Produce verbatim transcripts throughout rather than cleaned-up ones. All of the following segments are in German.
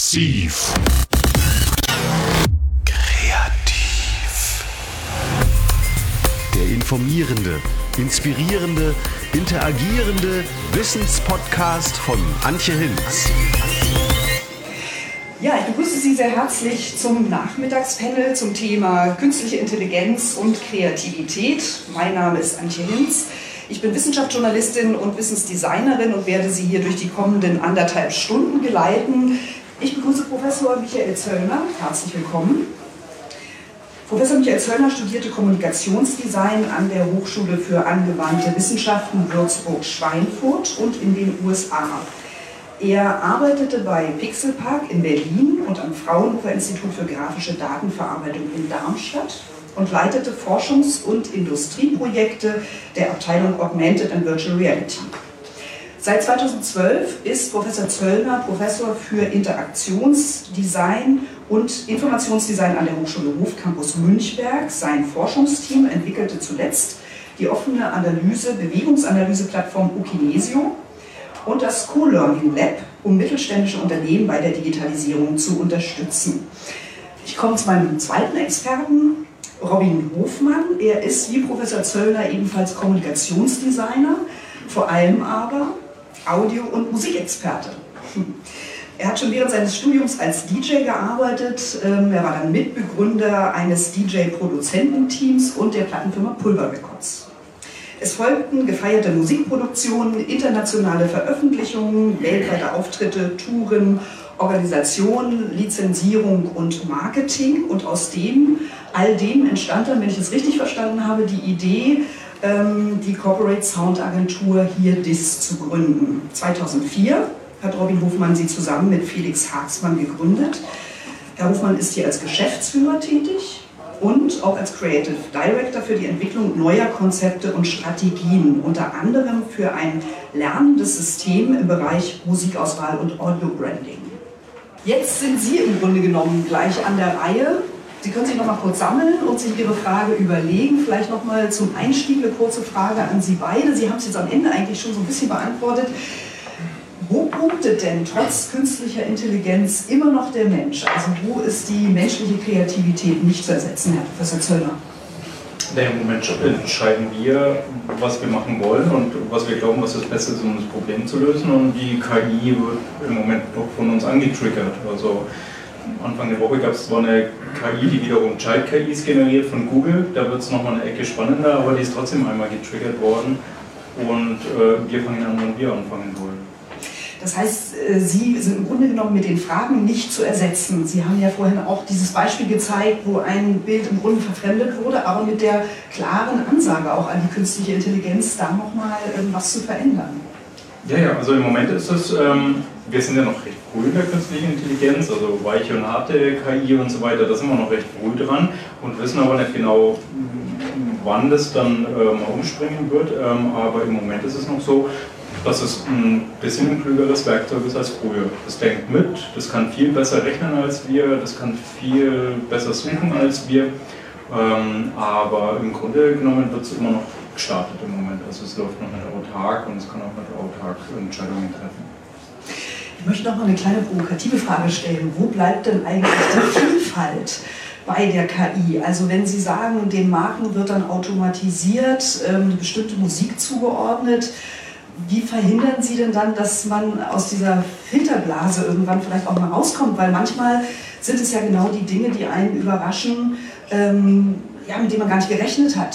Massiv. Kreativ. Der informierende, inspirierende, interagierende Wissenspodcast von Antje Hinz. Ja, ich begrüße Sie sehr herzlich zum Nachmittagspanel zum Thema künstliche Intelligenz und Kreativität. Mein Name ist Antje Hinz. Ich bin Wissenschaftsjournalistin und Wissensdesignerin und werde Sie hier durch die kommenden anderthalb Stunden geleiten. Ich begrüße Professor Michael Zöllner. Herzlich willkommen. Professor Michael Zöllner studierte Kommunikationsdesign an der Hochschule für angewandte Wissenschaften Würzburg-Schweinfurt und in den U S A. Er arbeitete bei Pixelpark in Berlin und am Fraunhofer Institut für grafische Datenverarbeitung in Darmstadt und leitete Forschungs- und Industrieprojekte der Abteilung Augmented and Virtual Reality. Seit zweitausendzwölf ist Professor Zöllner Professor für Interaktionsdesign und Informationsdesign an der Hochschule Hofcampus Münchberg. Sein Forschungsteam entwickelte zuletzt die offene Analyse, Bewegungsanalyse-Plattform Ukinesio und das Co-Learning Lab, um mittelständische Unternehmen bei der Digitalisierung zu unterstützen. Ich komme zu meinem zweiten Experten, Robin Hofmann. Er ist wie Professor Zöllner ebenfalls Kommunikationsdesigner, vor allem aber Audio- und Musikexperte. Er hat schon während seines Studiums als D J gearbeitet. Er war dann Mitbegründer eines D J-Produzententeams und der Plattenfirma Pulver Records. Es folgten gefeierte Musikproduktionen, internationale Veröffentlichungen, weltweite Auftritte, Touren, Organisation, Lizenzierung und Marketing. Und aus dem, all dem entstand dann, wenn ich es richtig verstanden habe, die Idee, die Corporate Sound Agentur HearDis zu gründen. zweitausendvier hat Robin Hofmann sie zusammen mit Felix Haagsmann gegründet. Herr Hofmann ist hier als Geschäftsführer tätig und auch als Creative Director für die Entwicklung neuer Konzepte und Strategien, unter anderem für ein lernendes System im Bereich Musikauswahl und Audio Branding. Jetzt sind Sie im Grunde genommen gleich an der Reihe. Sie können sich noch mal kurz sammeln und sich Ihre Frage überlegen. Vielleicht noch mal zum Einstieg eine kurze Frage an Sie beide. Sie haben es jetzt am Ende eigentlich schon so ein bisschen beantwortet. Wo punktet denn trotz künstlicher Intelligenz immer noch der Mensch? Also wo ist die menschliche Kreativität nicht zu ersetzen, Herr Professor Zöllner? Im Moment entscheiden wir, was wir machen wollen und was wir glauben, was das Beste ist, um das Problem zu lösen. Und die K I wird im Moment noch von uns angetriggert. Also Anfang der Woche gab es zwar eine K I, die wiederum Child-K Is generiert von Google. Da wird es nochmal eine Ecke spannender, aber die ist trotzdem einmal getriggert worden. Und äh, wir fangen an, wann wir anfangen wollen. Das heißt, Sie sind im Grunde genommen mit den Fragen nicht zu ersetzen. Sie haben ja vorhin auch dieses Beispiel gezeigt, wo ein Bild im Grunde verfremdet wurde, aber mit der klaren Ansage auch an die künstliche Intelligenz, da nochmal was zu verändern. Ja, ja, also im Moment ist es, ähm, wir sind ja noch recht früh in der künstlichen Intelligenz, also weiche und harte K I und so weiter, da sind wir noch recht früh dran und wissen aber nicht genau, wann das dann ähm, umspringen wird, ähm, aber im Moment ist es noch so, dass es ein bisschen ein klügeres Werkzeug ist als früher. Das denkt mit, das kann viel besser rechnen als wir, das kann viel besser suchen als wir, ähm, aber im Grunde genommen wird es immer noch gestartet im Moment. Also es läuft noch nicht autark und es kann auch nicht autark Entscheidungen treffen. Ich möchte noch mal eine kleine provokative Frage stellen. Wo bleibt denn eigentlich die Vielfalt bei der K I? Also wenn Sie sagen, den Marken wird dann automatisiert, ähm, eine bestimmte Musik zugeordnet, wie verhindern Sie denn dann, dass man aus dieser Filterblase irgendwann vielleicht auch mal rauskommt? Weil manchmal sind es ja genau die Dinge, die einen überraschen, ähm, ja, mit denen man gar nicht gerechnet hat.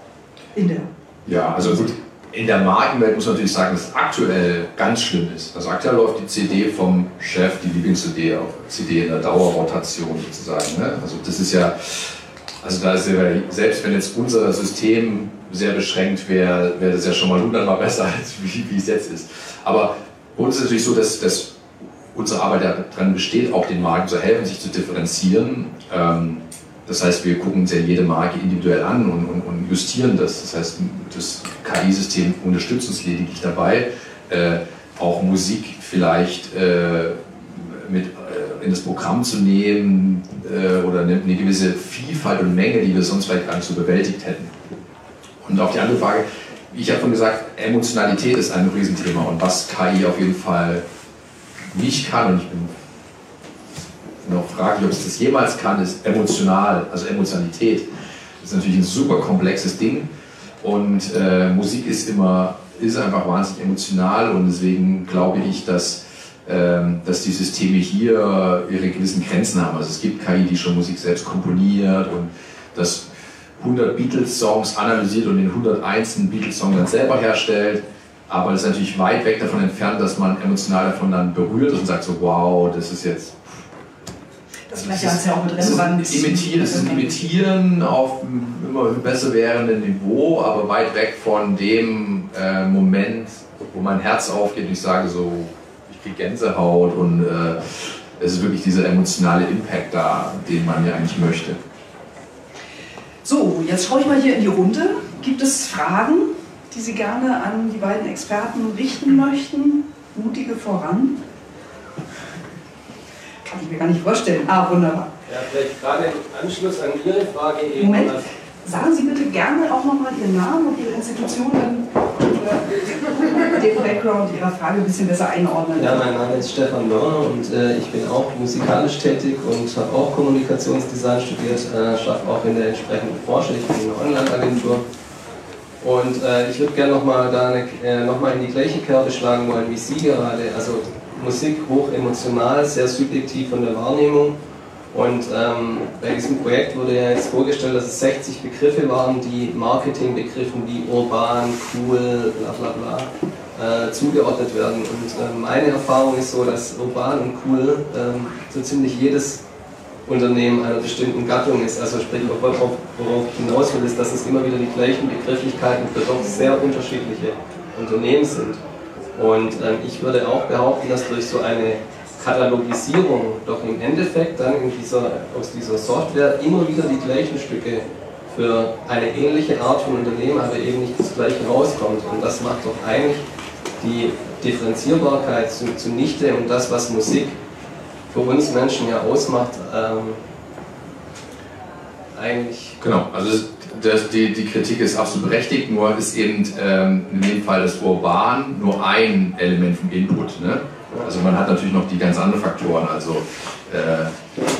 In der ja, also gut, in der Markenwelt muss man natürlich sagen, dass es aktuell ganz schlimm ist. Also aktuell läuft die C D vom Chef, die Lieblings-C D auf C D in der Dauerrotation sozusagen. Ne? Also das ist ja, also da ist ja, selbst wenn jetzt unser System sehr beschränkt wäre, wäre das ja schon mal hundertmal besser, als wie, wie es jetzt ist. Aber bei uns ist es natürlich so, dass, dass unsere Arbeit daran besteht, auch den Marken zu helfen, sich zu differenzieren. Ähm, das heißt, wir gucken uns ja jede Marke individuell an und, und, und justieren das. Das heißt, das K I-System unterstützt uns lediglich dabei, äh, auch Musik vielleicht äh, mit äh, in das Programm zu nehmen äh, oder eine, eine gewisse Vielfalt und Menge, die wir sonst vielleicht gar nicht so bewältigt hätten. Und auf die andere Frage, ich habe schon gesagt, Emotionalität ist ein Riesenthema und was K I auf jeden Fall nicht kann, und ich bin fraglich, ob es das jemals kann, ist emotional, also Emotionalität. Das ist natürlich ein super komplexes Ding und äh, Musik ist immer, ist einfach wahnsinnig emotional und deswegen glaube ich, dass, ähm, dass die Systeme hier ihre gewissen Grenzen haben. Also es gibt K I, die schon Musik selbst komponiert und das hundert Beatles-Songs analysiert und den hunderteinsten Beatles-Song dann selber herstellt. Aber das ist natürlich weit weg davon entfernt, dass man emotional davon dann berührt ist und sagt so, wow, das ist jetzt... Das gleiche hat es ja auch mit Rembrandt. Imitieren, das ist ein Imitieren auf einem immer besser werdenden Niveau, aber weit weg von dem äh, Moment, wo mein Herz aufgeht und ich sage so, ich kriege Gänsehaut und äh, es ist wirklich dieser emotionale Impact da, den man ja eigentlich möchte. So, jetzt schaue ich mal hier in die Runde. Gibt es Fragen, die Sie gerne an die beiden Experten richten möchten? Mutige voran. Kann ich mir gar nicht vorstellen. Ah, wunderbar. Ja, vielleicht gerade im Anschluss an Ihre Frage eben. Moment, sagen Sie bitte gerne auch nochmal Ihren Namen und Ihre Institution, dann oder den Background Ihrer Frage ein bisschen besser einordnen. Ja, mein Name ist Stefan Mörner und äh, ich bin auch musikalisch tätig und habe auch Kommunikationsdesign studiert, äh, schaffe auch in der entsprechenden Branche. Ich bin in einer Online-Agentur. Und äh, ich würde gerne nochmal äh, noch in die gleiche Kerbe schlagen wollen wie Sie gerade. Also Musik hoch emotional, sehr subjektiv von der Wahrnehmung. Und ähm, bei diesem Projekt wurde ja jetzt vorgestellt, dass es sechzig Begriffe waren, die Marketingbegriffen wie urban, cool, bla bla bla äh, zugeordnet werden. Und äh, meine Erfahrung ist so, dass urban und cool äh, so ziemlich jedes Unternehmen einer bestimmten Gattung ist. Also sprich, worauf, worauf hinaus will, ist, dass es immer wieder die gleichen Begrifflichkeiten für doch sehr unterschiedliche Unternehmen sind. Und ähm, ich würde auch behaupten, dass durch so eine Katalogisierung doch im Endeffekt dann in dieser, aus dieser Software immer wieder die gleichen Stücke für eine ähnliche Art von Unternehmen, aber eben nicht das gleiche rauskommt. Und das macht doch eigentlich die Differenzierbarkeit zunichte und das, was Musik für uns Menschen ja ausmacht, ähm, eigentlich... Genau, also das, die, die Kritik ist absolut berechtigt, nur ist eben ähm, in dem Fall das Urban nur ein Element vom Input. Ne? Also man hat natürlich noch die ganz anderen Faktoren, also äh,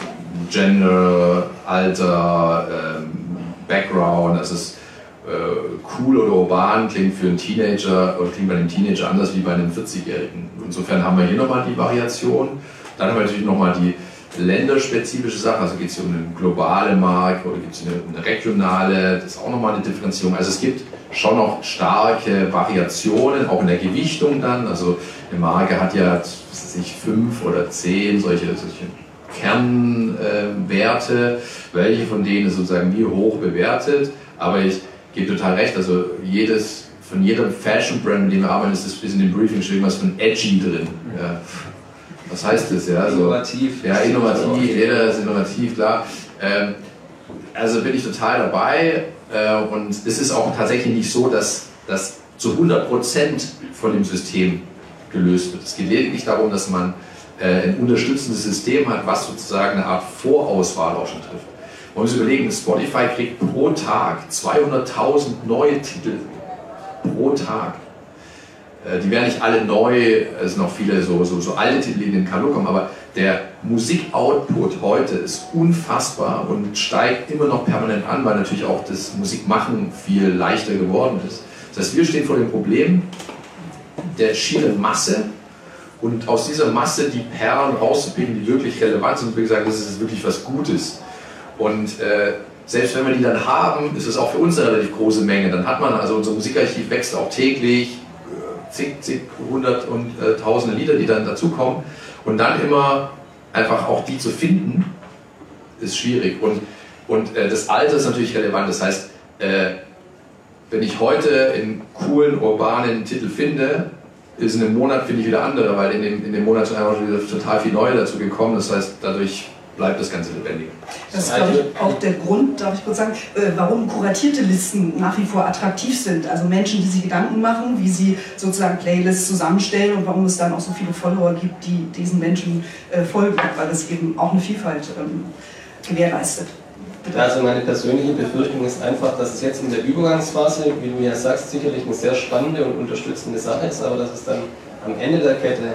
Gender, Alter, ähm, Background, das ist äh, cool oder urban, klingt für einen Teenager oder klingt bei einem Teenager anders wie bei einem vierzigjährigen. Insofern haben wir hier nochmal die Variation. Dann haben wir natürlich nochmal die länderspezifische Sache, also geht es hier um einen globalen Markt oder gibt es eine, eine regionale, das ist auch nochmal eine Differenzierung. Also es gibt schon noch starke Variationen, auch in der Gewichtung dann. Also eine Marke hat ja, was weiß ich, fünf oder zehn solche, solche Kernwerte, äh, welche von denen ist sozusagen wie hoch bewertet. Aber ich gebe total recht, also jedes, von jedem Fashion-Brand, mit dem wir arbeiten, ist, das, ist in dem Briefing schon irgendwas von edgy drin. Ja. Was heißt das? Ja, so, innovativ. Ja, innovativ, jeder ist innovativ, klar. Ähm, also bin ich total dabei äh, und es ist auch tatsächlich nicht so, dass das zu hundert Prozent von dem System gelöst wird. Es geht lediglich darum, dass man äh, ein unterstützendes System hat, was sozusagen eine Art Vorauswahl auch schon trifft. Man muss überlegen, Spotify kriegt pro Tag zweihunderttausend neue Titel pro Tag. Die werden nicht alle neu, es sind noch viele so, so, so alte Titel, die in den Katalog kommen, aber der Musikoutput heute ist unfassbar und steigt immer noch permanent an, weil natürlich auch das Musikmachen viel leichter geworden ist. Das heißt, wir stehen vor dem Problem der schieren Masse und aus dieser Masse die Perlen rauszupicken, die wirklich relevant sind und wie gesagt, das ist wirklich was Gutes. Und äh, selbst wenn wir die dann haben, ist es auch für uns eine relativ große Menge. Dann hat man, also unser Musikarchiv wächst auch täglich, zig, zig, hundert und äh, tausende Lieder, die dann dazukommen. Und dann immer einfach auch die zu finden, ist schwierig. Und, und äh, das Alter ist natürlich relevant. Das heißt, äh, wenn ich heute einen coolen, urbanen Titel finde, ist in einem Monat finde ich wieder andere, weil in dem, in dem Monat sind einfach wieder total viel Neue dazu gekommen. Das heißt, dadurch bleibt das Ganze lebendig. Das ist, glaube ich, auch der Grund, darf ich kurz sagen, warum kuratierte Listen nach wie vor attraktiv sind. Also Menschen, die sich Gedanken machen, wie sie sozusagen Playlists zusammenstellen und warum es dann auch so viele Follower gibt, die diesen Menschen folgen, weil es eben auch eine Vielfalt ähm, gewährleistet. Bitte. Also meine persönliche Befürchtung ist einfach, dass es jetzt in der Übergangsphase, wie du ja sagst, sicherlich eine sehr spannende und unterstützende Sache ist, aber dass es dann am Ende der Kette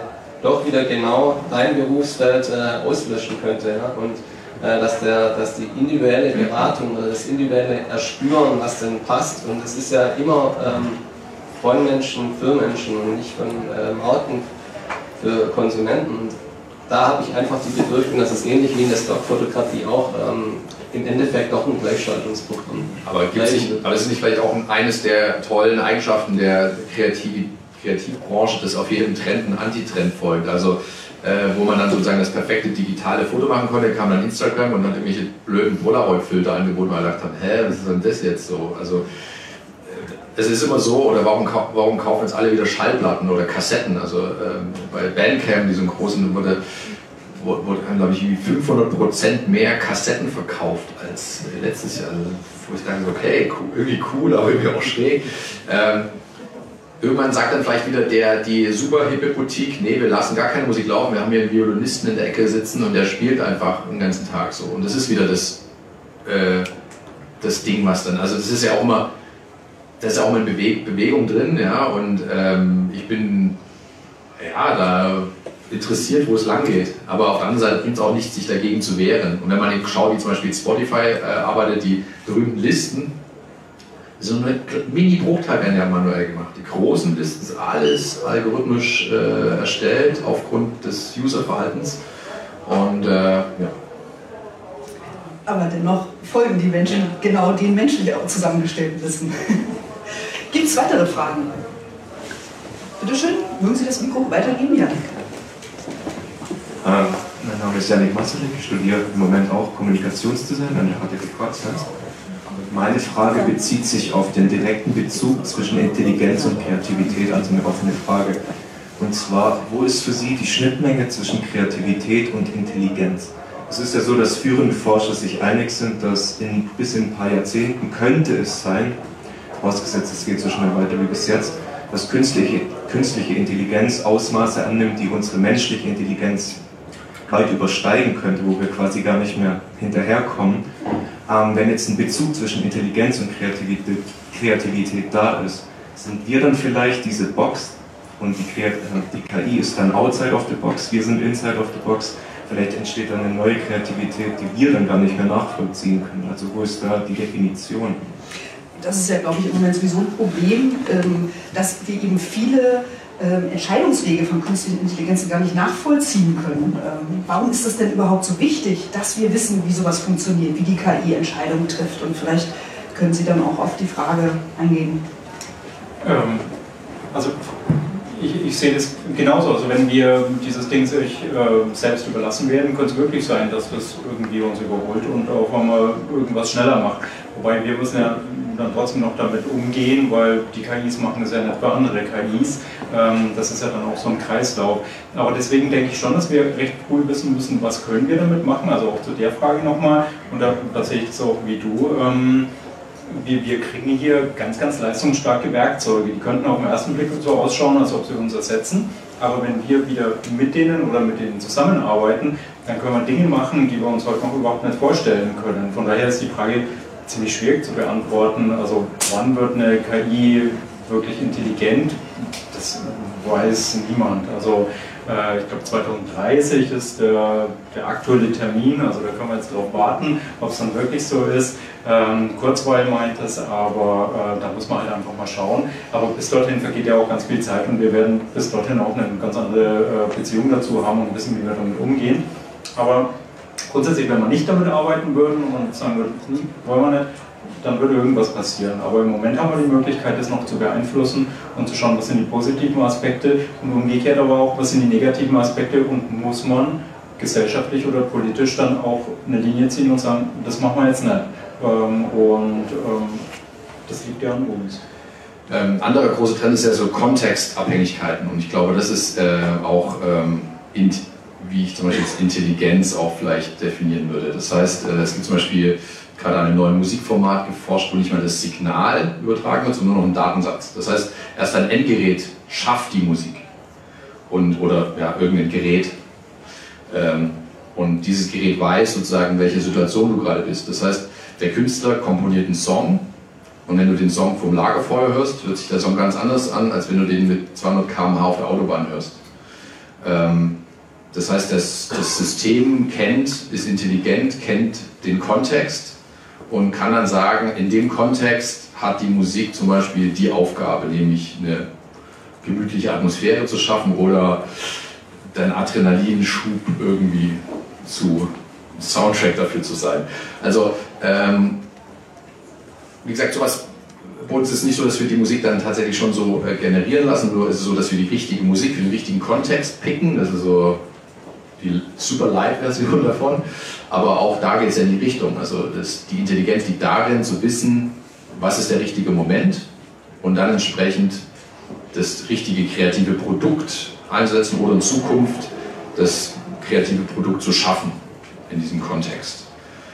doch wieder genau dein Berufsfeld äh, auslöschen könnte. Ja? Und äh, dass, der, dass die individuelle Beratung oder das individuelle Erspüren, was denn passt, und es ist ja immer ähm, von Menschen für Menschen und nicht von äh, Marken für Konsumenten. Und da habe ich einfach die Befürchtung, dass es ähnlich wie in der Stockfotografie auch ähm, im Endeffekt doch ein Gleichschaltungsprogramm. Aber, gibt's nicht, aber ist es nicht vielleicht auch eines der tollen Eigenschaften der Kreativ Kreativbranche, dass auf jedem Trend ein Antitrend folgt? Also äh, wo man dann sozusagen das perfekte digitale Foto machen konnte, kam dann Instagram und hat irgendwelche blöden Polaroid-Filter angeboten, weil man gedacht hat, hä, was ist denn das jetzt so? Also es ist immer so, oder warum, warum kaufen jetzt alle wieder Schallplatten oder Kassetten? Also ähm, bei Bandcamp, diesem großen, wurde, wurde glaube ich, fünfhundert Prozent mehr Kassetten verkauft als letztes Jahr. Also, wo ich dachte, okay, cool, irgendwie cool, aber irgendwie auch schräg. Ähm, irgendwann sagt dann vielleicht wieder der, die super hippe Boutique, nee, wir lassen gar keine Musik laufen, wir haben hier einen Violinisten in der Ecke sitzen und der spielt einfach den ganzen Tag so. Und das ist wieder das, äh, das Ding, was dann, also das ist ja auch immer, da ist ja auch mal eine Bewe Bewegung drin, ja, und ähm, ich bin ja, da interessiert, wo es lang geht. Aber auf der anderen Seite bringt es auch nichts, sich dagegen zu wehren. Und wenn man eben schaut, wie zum Beispiel Spotify äh, arbeitet, die berühmten Listen, so ein Mini-Bruchteil werden ja manuell gemacht. Die großen Listen sind alles algorithmisch äh, erstellt aufgrund des Userverhaltens. Und äh, ja. Aber dennoch folgen die Menschen genau den menschlich auch zusammengestellten Listen. Gibt es weitere Fragen? Bitte schön, mögen Sie das Mikro weitergeben? Ja. Ähm, mein Name ist Janik Matzelig, ich studiere im Moment auch Kommunikationsdesign an der H T W Konstanz. Meine Frage bezieht sich auf den direkten Bezug zwischen Intelligenz und Kreativität, also eine offene Frage. Und zwar, wo ist für Sie die Schnittmenge zwischen Kreativität und Intelligenz? Es ist ja so, dass führende Forscher sich einig sind, dass in, bis in ein paar Jahrzehnten könnte es sein, vorausgesetzt es geht so schnell weiter wie bis jetzt, dass künstliche, künstliche Intelligenz Ausmaße annimmt, die unsere menschliche Intelligenz weit übersteigen könnte, wo wir quasi gar nicht mehr hinterherkommen. Ähm, wenn jetzt ein Bezug zwischen Intelligenz und Kreativität, Kreativität da ist, sind wir dann vielleicht diese Box und die, Kreat die K I ist dann outside of the box, wir sind inside of the box. Vielleicht entsteht dann eine neue Kreativität, die wir dann gar nicht mehr nachvollziehen können. Also wo ist da die Definition? Das ist ja, glaube ich, im Moment sowieso ein Problem, dass wir eben viele Entscheidungswege von künstlichen Intelligenzen gar nicht nachvollziehen können. Warum ist es denn überhaupt so wichtig, dass wir wissen, wie sowas funktioniert, wie die K I Entscheidungen trifft? Und vielleicht können Sie dann auch auf die Frage eingehen. Ähm, also ich, ich sehe das genauso. Also wenn wir dieses Ding sich äh, selbst überlassen werden, könnte es wirklich sein, dass das irgendwie uns überholt und auf einmal irgendwas schneller macht. Wobei wir müssen ja dann trotzdem noch damit umgehen, weil die K Is machen das ja nicht für andere K Is. Ähm, das ist ja dann auch so ein Kreislauf. Aber deswegen denke ich schon, dass wir recht früh wissen müssen, was können wir damit machen. Also auch zu der Frage nochmal, und da, da sehe ich das auch wie du. Ähm, Wir, wir kriegen hier ganz, ganz leistungsstarke Werkzeuge. Die könnten auf den ersten Blick so ausschauen, als ob sie uns ersetzen. Aber wenn wir wieder mit denen oder mit denen zusammenarbeiten, dann können wir Dinge machen, die wir uns heute noch überhaupt nicht vorstellen können. Von daher ist die Frage ziemlich schwierig zu beantworten. Also wann wird eine K I wirklich intelligent? Das weiß niemand. Also äh, ich glaube zweitausenddreißig ist der, der aktuelle Termin, also da können wir jetzt drauf warten, ob es dann wirklich so ist. Ähm, Kurzweil meint es, aber äh, da muss man halt einfach mal schauen. Aber bis dorthin vergeht ja auch ganz viel Zeit und wir werden bis dorthin auch eine ganz andere äh, Beziehung dazu haben und wissen, wie wir damit umgehen. Aber grundsätzlich, wenn wir nicht damit arbeiten würden und sagen würden, hm, wollen wir nicht, dann würde irgendwas passieren. Aber im Moment haben wir die Möglichkeit, das noch zu beeinflussen und zu schauen, was sind die positiven Aspekte und umgekehrt aber auch, was sind die negativen Aspekte und muss man gesellschaftlich oder politisch dann auch eine Linie ziehen und sagen, das machen wir jetzt nicht. Ähm, und ähm, das liegt ja an uns. Ähm, anderer großer Trend ist ja so Kontextabhängigkeiten und ich glaube, das ist äh, auch, ähm, in, wie ich zum Beispiel jetzt Intelligenz auch vielleicht definieren würde. Das heißt, äh, es gibt zum Beispiel gerade an einem neuen Musikformat geforscht, wo nicht mehr das Signal übertragen wird, sondern nur noch ein Datensatz. Das heißt, erst ein Endgerät schafft die Musik und, oder ja, irgendein Gerät. Ähm, und dieses Gerät weiß sozusagen, welche Situation du gerade bist. Das heißt, der Künstler komponiert einen Song und wenn du den Song vom Lagerfeuer hörst, hört sich der Song ganz anders an, als wenn du den mit zweihundert Kilometer pro Stunde auf der Autobahn hörst. Ähm, das heißt, das, das System kennt, ist intelligent, kennt den Kontext und kann dann sagen, in dem Kontext hat die Musik zum Beispiel die Aufgabe, nämlich eine gemütliche Atmosphäre zu schaffen oder deinen Adrenalinschub irgendwie zu Soundtrack dafür zu sein. Also, ähm, wie gesagt, sowas, bei uns ist es nicht so, dass wir die Musik dann tatsächlich schon so äh, generieren lassen, nur ist es so, dass wir die richtige Musik für den richtigen Kontext picken, das ist so die super Light-Version davon, aber auch da geht es ja in die Richtung, also das, die Intelligenz liegt darin, zu wissen, was ist der richtige Moment und dann entsprechend das richtige kreative Produkt einsetzen oder in Zukunft das kreative Produkt zu schaffen in diesem Kontext.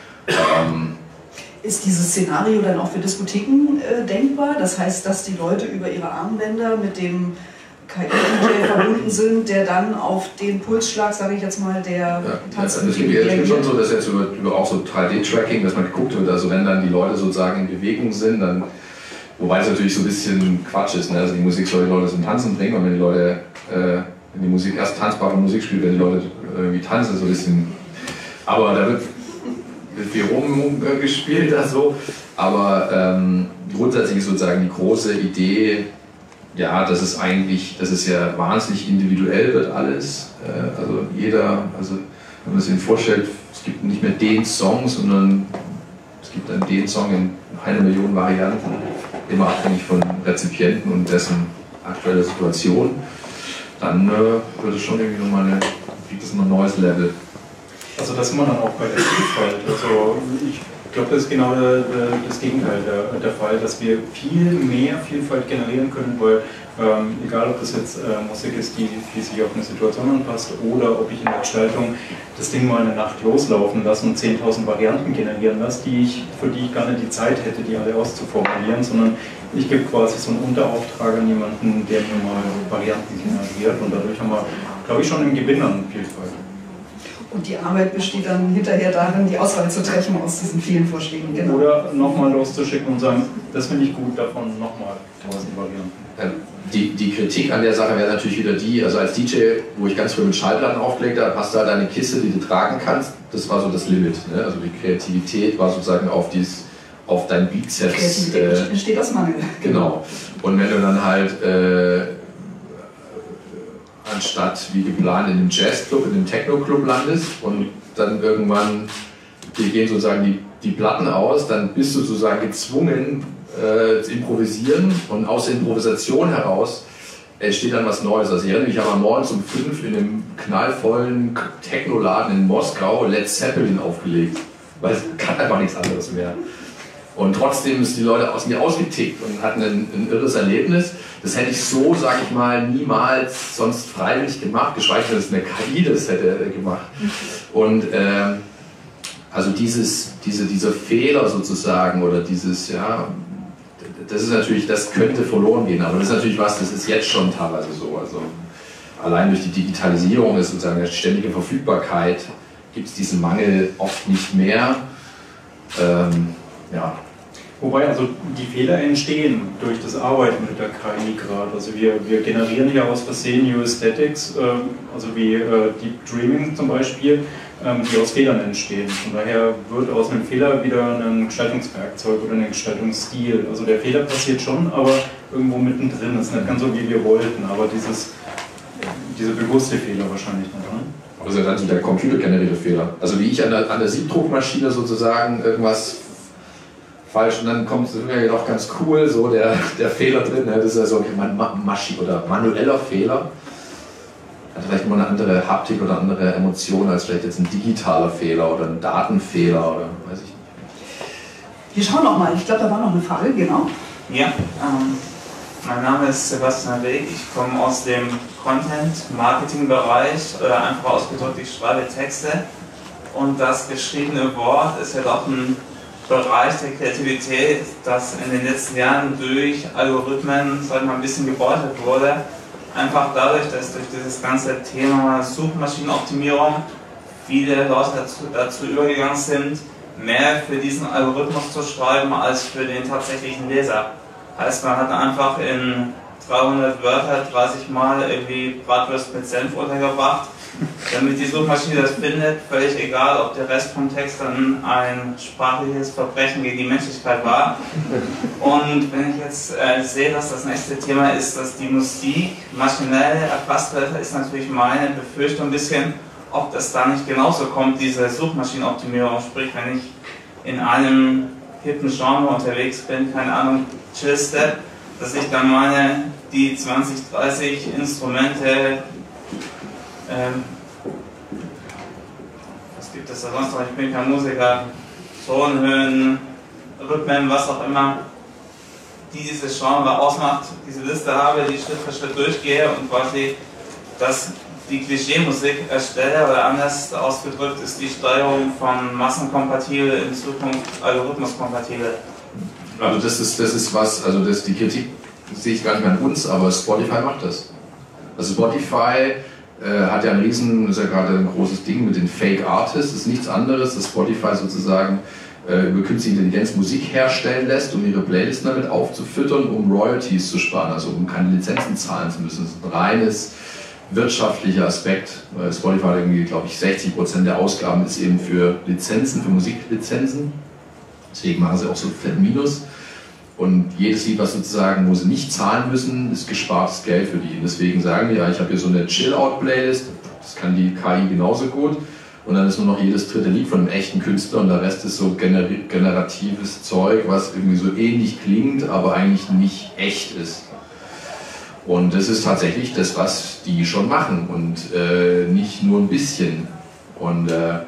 Ähm, Ist dieses Szenario dann auch für Diskotheken äh, denkbar? Das heißt, dass die Leute über ihre Armbänder mit dem K I-D J verbunden sind, der dann auf den Pulsschlag, sage ich jetzt mal, der ja, tanzende das ist schon so, dass jetzt über, über auch so drei D-Tracking, dass man geguckt wird, also wenn dann die Leute sozusagen in Bewegung sind, dann, wobei es natürlich so ein bisschen Quatsch ist, ne? Also die Musik soll die Leute zum Tanzen bringen und wenn die Leute, äh, wenn die Musik erst tanzbare Musik spielt, wenn die Leute irgendwie tanzen, so ein bisschen, aber da wird viel rumgespielt, also, aber ähm, grundsätzlich ist sozusagen die große Idee, ja, dass es eigentlich, dass es ja wahnsinnig individuell wird alles, äh, also jeder, also wenn man sich vorstellt, es gibt nicht mehr den Song, sondern es gibt dann den Song in eine Million Varianten, immer abhängig von Rezipienten und dessen aktueller Situation, dann äh, wird es schon irgendwie nochmal eine, kriegt es noch ein neues Level. Also das sind wir dann auch bei der Vielfalt. Also ich glaube, das ist genau der, der, das Gegenteil der, der Fall, dass wir viel mehr Vielfalt generieren können, weil ähm, egal ob das jetzt äh, Musik ist, die, die sich auf eine Situation anpasst oder ob ich in der Gestaltung das Ding mal eine Nacht loslaufen lasse und zehntausend Varianten generieren lasse, die ich, für die ich gar nicht die Zeit hätte, die alle auszuformulieren, sondern ich gebe quasi so einen Unterauftrag an jemanden, der mir mal Varianten generiert und dadurch haben wir, glaube ich, schon einen Gewinn an Vielfalt. Und die Arbeit besteht dann hinterher darin, die Auswahl zu treffen aus diesen vielen Vorschlägen. Genau. Oder nochmal loszuschicken und sagen, das finde ich gut, davon nochmal tausend Varianten. Die, die Kritik an der Sache wäre natürlich wieder die, also als D J, wo ich ganz früh mit Schallplatten aufgelegt habe, hast du halt eine Kiste, die du tragen kannst, das war so das Limit. Ne? Also die Kreativität war sozusagen auf, dies, auf dein Beatset. Kreativität äh, entsteht aus Mangel. Genau. Und wenn du dann halt äh, anstatt wie geplant in einem Jazzclub, in einem Techno-Club landest und dann irgendwann, die gehen sozusagen die, die Platten aus, dann bist du sozusagen gezwungen äh, zu improvisieren und aus der Improvisation heraus entsteht dann was Neues. Also ich erinnere mich aber morgens um fünf in einem knallvollen Techno-Laden in Moskau Led Zeppelin aufgelegt, weil es kann einfach nichts anderes mehr. Und trotzdem ist die Leute aus mir ausgetickt und hatten ein, ein irres Erlebnis. Das hätte ich so, sage ich mal, niemals sonst freiwillig gemacht, geschweige denn, dass eine K I das hätte gemacht. Und äh, also dieses, diese, dieser Fehler sozusagen oder dieses, ja, das ist natürlich, das könnte verloren gehen, aber das ist natürlich was, das ist jetzt schon teilweise so. Also allein durch die Digitalisierung ist sozusagen die ständige Verfügbarkeit, gibt es diesen Mangel oft nicht mehr. Ähm, ja. Wobei also die Fehler entstehen durch das Arbeiten mit der K I gerade. Also wir, wir generieren ja aus Versehen New Aesthetics, äh, also wie äh, Deep Dreaming zum Beispiel, ähm, die aus Fehlern entstehen. Von daher wird aus einem Fehler wieder ein Gestaltungswerkzeug oder ein Gestaltungsstil. Also der Fehler passiert schon, aber irgendwo mittendrin. Das ist nicht ganz so, wie wir wollten, aber dieses, diese bewusste Fehler wahrscheinlich noch. Ne? Also dann der computergenerierte Fehler. Also wie ich an der, an der Siebdruckmaschine sozusagen irgendwas falsch und dann kommt es mir doch ganz cool, so der, der Fehler drin, ne? Das ist ja so ein Maschi oder manueller Fehler. Hat vielleicht immer eine andere Haptik oder andere Emotion als vielleicht jetzt ein digitaler Fehler oder ein Datenfehler oder weiß ich nicht. Wir schauen noch mal, ich glaube, da war noch eine Frage, genau. Ja, ähm, mein Name ist Sebastian Weg, ich komme aus dem Content-Marketing-Bereich, oder einfach ausgedrückt, ich schreibe Texte und das geschriebene Wort ist ja doch ein Bereich der Kreativität, das in den letzten Jahren durch Algorithmen, sag ich mal, ein bisschen gebeutelt wurde. Einfach dadurch, dass durch dieses ganze Thema Suchmaschinenoptimierung viele Leute dazu, dazu übergegangen sind, mehr für diesen Algorithmus zu schreiben als für den tatsächlichen Leser. Heißt, man hat einfach in dreihundert Wörter dreißig Mal irgendwie Bratwurst mit Senf untergebracht, damit die Suchmaschine das findet, völlig egal, ob der Rest vom Text dann ein sprachliches Verbrechen gegen die Menschlichkeit war. Und wenn ich jetzt äh, sehe, dass das nächste Thema ist, dass die Musik maschinell erfasst wird, ist natürlich meine Befürchtung ein bisschen, ob das da nicht genauso kommt, diese Suchmaschinenoptimierung, sprich, wenn ich in einem hippen Genre unterwegs bin, keine Ahnung, Chill-Step, dass ich dann meine, die zwanzig, dreißig Instrumente, ähm, was gibt es da sonst noch, ich bin kein Musiker, Tonhöhen, Rhythmen, was auch immer, die dieses Genre ausmacht, diese Liste habe, die Schritt für Schritt durchgehe und quasi das die Klischee-Musik erstelle, oder anders ausgedrückt ist die Steuerung von massenkompatibel in Zukunft algorithmuskompatibel. Also das ist, das ist was, also das, die Kritik sehe ich gar nicht mehr an uns, aber Spotify macht das. Also Spotify äh, hat ja ein riesen, das ist ja gerade ein großes Ding mit den Fake Artists, das ist nichts anderes, dass Spotify sozusagen äh, über künstliche Intelligenz Musik herstellen lässt, um ihre Playlisten damit aufzufüttern, um Royalties zu sparen, also um keine Lizenzen zahlen zu müssen. Das ist ein reines wirtschaftlicher Aspekt. Spotify hat irgendwie, glaube ich, sechzig Prozent der Ausgaben ist eben für Lizenzen, für Musiklizenzen. Deswegen machen sie auch so fett Minus. Und jedes Lied, was sozusagen, wo sie nicht zahlen müssen, ist gespartes Geld für die. Und deswegen sagen die, ja, ich habe hier so eine Chill-Out-Playlist, das kann die K I genauso gut. Und dann ist nur noch jedes dritte Lied von einem echten Künstler und der Rest ist so gener generatives Zeug, was irgendwie so ähnlich klingt, aber eigentlich nicht echt ist. Und das ist tatsächlich das, was die schon machen und äh, nicht nur ein bisschen. Und äh,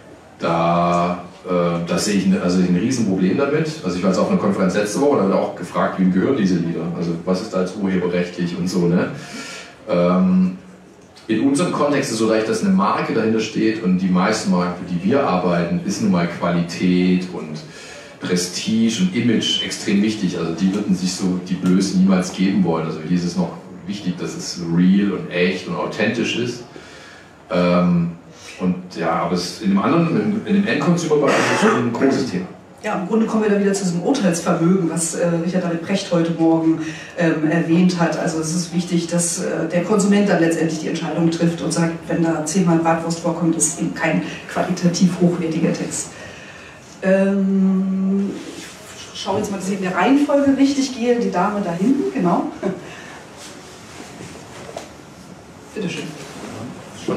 da, äh, da sehe ich ein, also ein Riesenproblem damit. Also ich war jetzt auf einer Konferenz letzte Woche, da wird auch gefragt, wem gehören diese Lieder? Also was ist da jetzt urheberrechtlich und so. Ne? Ähm, in unserem Kontext ist es so leicht, dass eine Marke dahinter steht und die meisten Marken, für die wir arbeiten, ist nun mal Qualität und Prestige und Image extrem wichtig, also die würden sich so die Blöße niemals geben wollen. Also hier ist es noch wichtig, dass es real und echt und authentisch ist. Ähm, und ja, aber es in dem anderen, in, in dem End-Consumer-Bereich ist es schon ein großes Thema. Ja, im Grunde kommen wir da wieder zu diesem Urteilsvermögen, was äh, Richard David Precht heute Morgen ähm, erwähnt hat. Also es ist wichtig, dass äh, der Konsument dann letztendlich die Entscheidung trifft und sagt, wenn da zehnmal Bratwurst vorkommt, ist eben kein qualitativ hochwertiger Text. Ähm, ich schaue jetzt mal, dass ich in der Reihenfolge richtig gehe. Die Dame da hinten, genau. Bitte schön. Schon.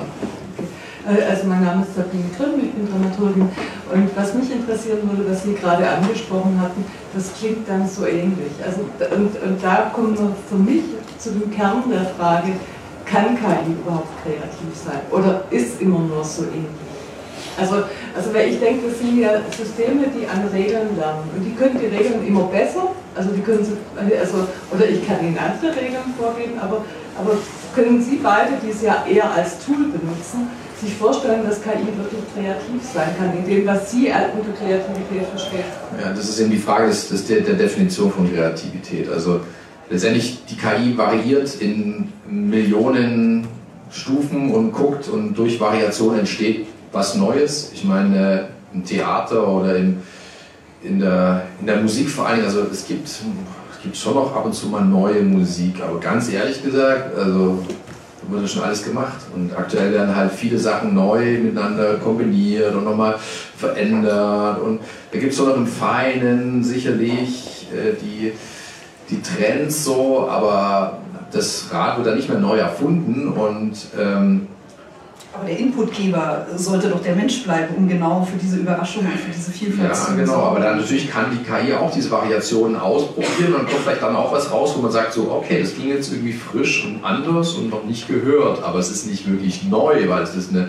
Also mein Name ist Sabine Grimm, ich bin Dramaturgin und was mich interessieren würde, was Sie gerade angesprochen hatten, das klingt dann so ähnlich. Also, und, und da kommen wir für mich zu dem Kern der Frage, kann K I überhaupt kreativ sein oder ist immer nur so ähnlich? Also, also weil ich denke, das sind ja Systeme, die an Regeln lernen und die können die Regeln immer besser, also die können sie, also, oder ich kann ihnen andere Regeln vorgeben, aber, aber können Sie beide, die es ja eher als Tool benutzen, sich vorstellen, dass K I wirklich kreativ sein kann, in dem, was Sie unter Kreativität verstehen? Ja, das ist eben die Frage des, des, der, der Definition von Kreativität. Also letztendlich, die K I variiert in Millionen Stufen und guckt und durch Variation entsteht was Neues. Ich meine, im Theater oder in, in, der, in der Musik vor allem, also es gibt, es gibt schon noch ab und zu mal neue Musik, aber ganz ehrlich gesagt, also wurde schon alles gemacht und aktuell werden halt viele Sachen neu miteinander kombiniert und nochmal verändert und da gibt es so noch im Feinen sicherlich äh, die, die Trends so, aber das Rad wird dann nicht mehr neu erfunden und ähm, aber der Inputgeber sollte doch der Mensch bleiben, um genau für diese Überraschung und für diese Vielfalt zu sorgen. Ja, genau, aber dann natürlich kann die K I auch diese Variationen ausprobieren und kommt vielleicht dann auch was raus, wo man sagt so, okay, das ging jetzt irgendwie frisch und anders und noch nicht gehört, aber es ist nicht wirklich neu, weil es ist eine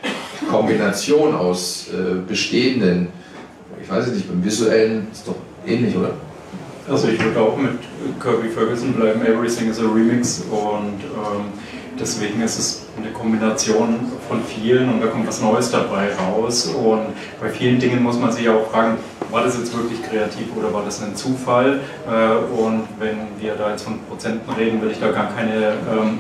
Kombination aus äh, bestehenden, ich weiß es nicht, beim Visuellen ist doch ähnlich, oder? Also ich würde auch mit Kirby Ferguson bleiben, Everything is a Remix und ähm, deswegen ist es eine Kombination von vielen und da kommt was Neues dabei raus und bei vielen Dingen muss man sich auch fragen, war das jetzt wirklich kreativ oder war das ein Zufall und wenn wir da jetzt von Prozenten reden, will ich da gar keine ähm,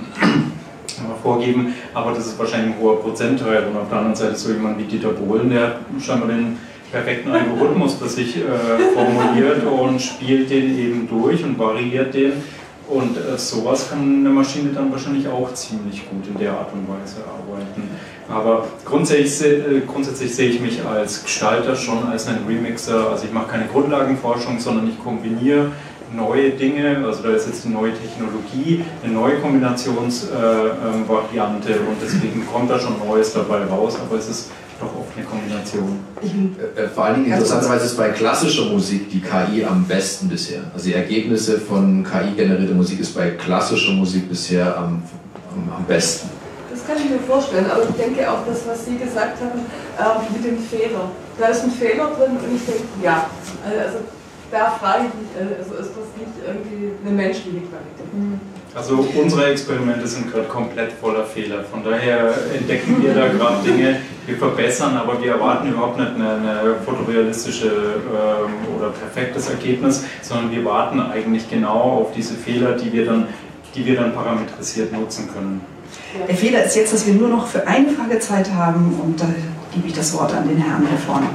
vorgeben, aber das ist wahrscheinlich ein hoher Prozentteil und auf der anderen Seite so jemand wie Dieter Bohlen, der hat scheinbar den perfekten Algorithmus für sich äh, formuliert und spielt den eben durch und variiert den. Und äh, sowas kann eine Maschine dann wahrscheinlich auch ziemlich gut in der Art und Weise arbeiten. Aber grundsätzlich, äh, grundsätzlich sehe ich mich als Gestalter schon als ein Remixer. Also ich mache keine Grundlagenforschung, sondern ich kombiniere neue Dinge. Also da ist jetzt eine neue Technologie, eine neue Kombinationsvariante äh, äh, und deswegen kommt da schon Neues dabei raus. Aber es ist doch oft eine Kombination. Äh, vor allen Dingen interessanterweise ist bei klassischer Musik die K I am besten bisher. Also die Ergebnisse von K I-generierter Musik ist bei klassischer Musik bisher am, am, am besten. Das kann ich mir vorstellen, aber ich denke auch das, was Sie gesagt haben, äh, mit dem Fehler. Da ist ein Fehler drin und ich denke, ja, also da frage ich mich, also ist das nicht irgendwie eine menschliche Qualität? Mhm. Also unsere Experimente sind gerade komplett voller Fehler. Von daher entdecken wir da gerade Dinge, wir verbessern, aber wir erwarten überhaupt nicht eine, eine fotorealistische ähm, oder perfektes Ergebnis, sondern wir warten eigentlich genau auf diese Fehler, die wir dann, die wir dann parametrisiert nutzen können. Der Fehler ist jetzt, dass wir nur noch für eine Frage Zeit haben und da gebe ich das Wort an den Herrn hier vorne.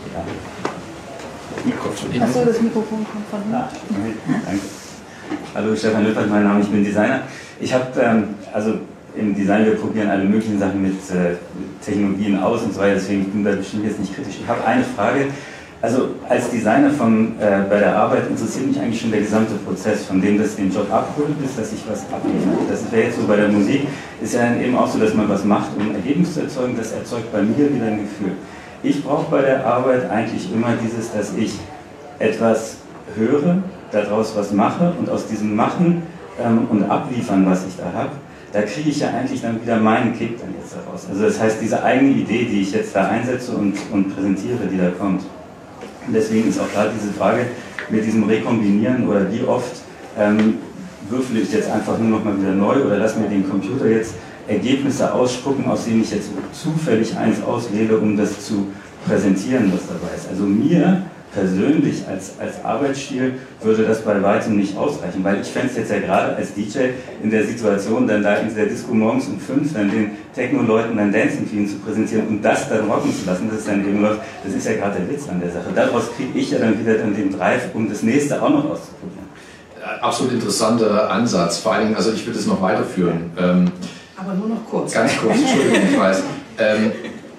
Achso, das Mikrofon kommt von hinten. Ah, danke. Hallo, Stefan Lüppert, mein Name, ich bin Designer. Ich habe, ähm, also im Design, wir probieren alle möglichen Sachen mit äh, Technologien aus und so weiter, deswegen bin ich da bestimmt jetzt nicht kritisch. Ich habe eine Frage. Also als Designer vom, äh, bei der Arbeit interessiert mich eigentlich schon der gesamte Prozess, von dem das den Job abholt, bis dass ich was abliefere. Das wäre jetzt so bei der Musik, ist ja eben auch so, dass man was macht, um ein Ergebnis zu erzeugen, das erzeugt bei mir wieder ein Gefühl. Ich brauche bei der Arbeit eigentlich immer dieses, dass ich etwas höre, daraus was mache und aus diesem Machen ähm, und Abliefern, was ich da habe, da kriege ich ja eigentlich dann wieder meinen Kick dann jetzt daraus. Also das heißt, diese eigene Idee, die ich jetzt da einsetze und, und präsentiere, die da kommt. Und deswegen ist auch gerade diese Frage mit diesem Rekombinieren oder wie oft ähm, würfel ich jetzt einfach nur noch mal wieder neu oder lass mir den Computer jetzt Ergebnisse ausspucken, aus denen ich jetzt zufällig eins auswähle, um das zu präsentieren, was dabei ist. Also mir persönlich als, als Arbeitsstil würde das bei weitem nicht ausreichen, weil ich fände es jetzt ja gerade als D J in der Situation, dann da in der Disco morgens um fünf dann den Techno-Leuten dann Dancing Queen zu präsentieren und das dann rocken zu lassen, das ist dann eben noch, das ist ja gerade der Witz an der Sache. Daraus kriege ich ja dann wieder dann den Drive, um das nächste auch noch auszuprobieren. Absolut interessanter Ansatz, vor allem, also ich würde es noch weiterführen. Ähm, Aber nur noch kurz. Ganz kurz, Entschuldigung, ich weiß. Ähm,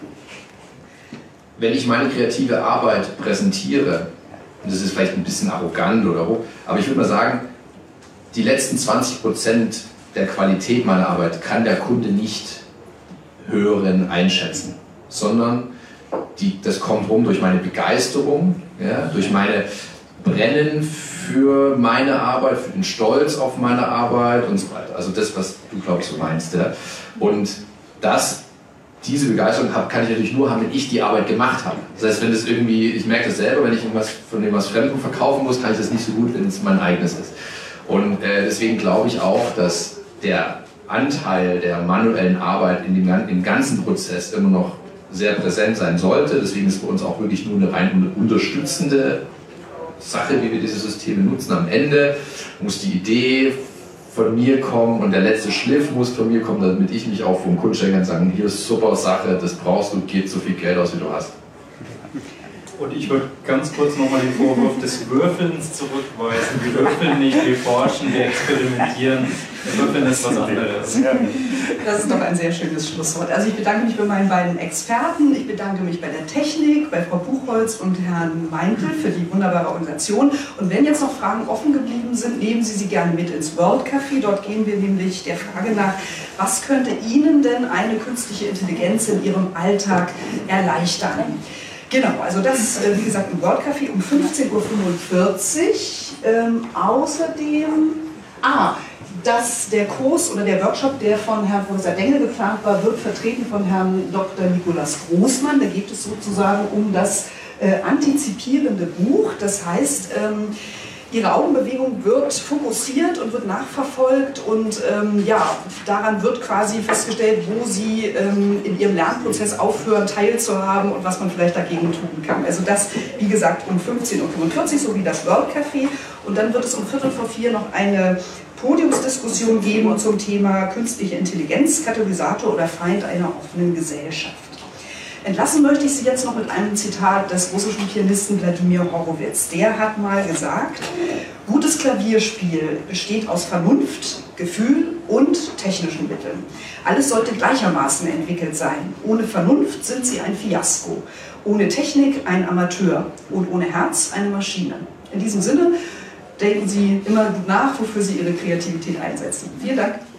wenn ich meine kreative Arbeit präsentiere, und das ist vielleicht ein bisschen arrogant oder hoch, aber ich würde mal sagen, die letzten zwanzig Prozent der Qualität meiner Arbeit kann der Kunde nicht hören, einschätzen, sondern die, das kommt rum durch meine Begeisterung, ja, durch meine Brennen für meine Arbeit, für den Stolz auf meine Arbeit und so weiter. Also das, was du, glaube ich, so meinst. Ja. Und das diese Begeisterung habe, kann ich natürlich nur haben, wenn ich die Arbeit gemacht habe. Das heißt, wenn es irgendwie, ich merke das selber, wenn ich irgendwas von dem was Fremdem verkaufen muss, kann ich das nicht so gut, wenn es mein eigenes ist. Und äh, deswegen glaube ich auch, dass der Anteil der manuellen Arbeit in dem, im ganzen Prozess immer noch sehr präsent sein sollte. Deswegen ist für uns auch wirklich nur eine rein unterstützende Sache, wie wir diese Systeme nutzen. Am Ende muss die Idee von mir kommen und der letzte Schliff muss von mir kommen, damit ich mich auch vom Kunden stellen kann und sagen, hier ist super Sache, das brauchst du, gib so viel Geld aus, wie du hast. Und ich würde ganz kurz nochmal den Vorwurf des Würfelns zurückweisen. Wir würfeln nicht, wir forschen, wir experimentieren. Würfeln ist was anderes. Das ist doch ein sehr schönes Schlusswort. Also ich bedanke mich bei meinen beiden Experten. Ich bedanke mich bei der Technik, bei Frau Buchholz und Herrn Meintel für die wunderbare Organisation. Und wenn jetzt noch Fragen offen geblieben sind, nehmen Sie sie gerne mit ins World Café. Dort gehen wir nämlich der Frage nach, was könnte Ihnen denn eine künstliche Intelligenz in Ihrem Alltag erleichtern? Genau, also das, wie gesagt, im World Café um fünfzehn Uhr fünfundvierzig. Ähm, außerdem, ah, dass der Kurs oder der Workshop, der von Herrn Professor Dengel geplant war, wird vertreten von Herrn Doktor Nikolaus Großmann. Da geht es sozusagen um das äh, antizipierende Buch. Das heißt, ähm, Ihre Augenbewegung wird fokussiert und wird nachverfolgt und ähm, ja, daran wird quasi festgestellt, wo Sie ähm, in Ihrem Lernprozess aufhören, teilzuhaben und was man vielleicht dagegen tun kann. Also das, wie gesagt, um fünfzehn Uhr fünfundvierzig sowie das World Café und dann wird es um Viertel vor vier noch eine Podiumsdiskussion geben zum Thema künstliche Intelligenz, Katalysator oder Feind einer offenen Gesellschaft. Entlassen möchte ich Sie jetzt noch mit einem Zitat des russischen Pianisten Wladimir Horowitz. Der hat mal gesagt, gutes Klavierspiel besteht aus Vernunft, Gefühl und technischen Mitteln. Alles sollte gleichermaßen entwickelt sein. Ohne Vernunft sind Sie ein Fiasko, ohne Technik ein Amateur und ohne Herz eine Maschine. In diesem Sinne denken Sie immer gut nach, wofür Sie Ihre Kreativität einsetzen. Vielen Dank.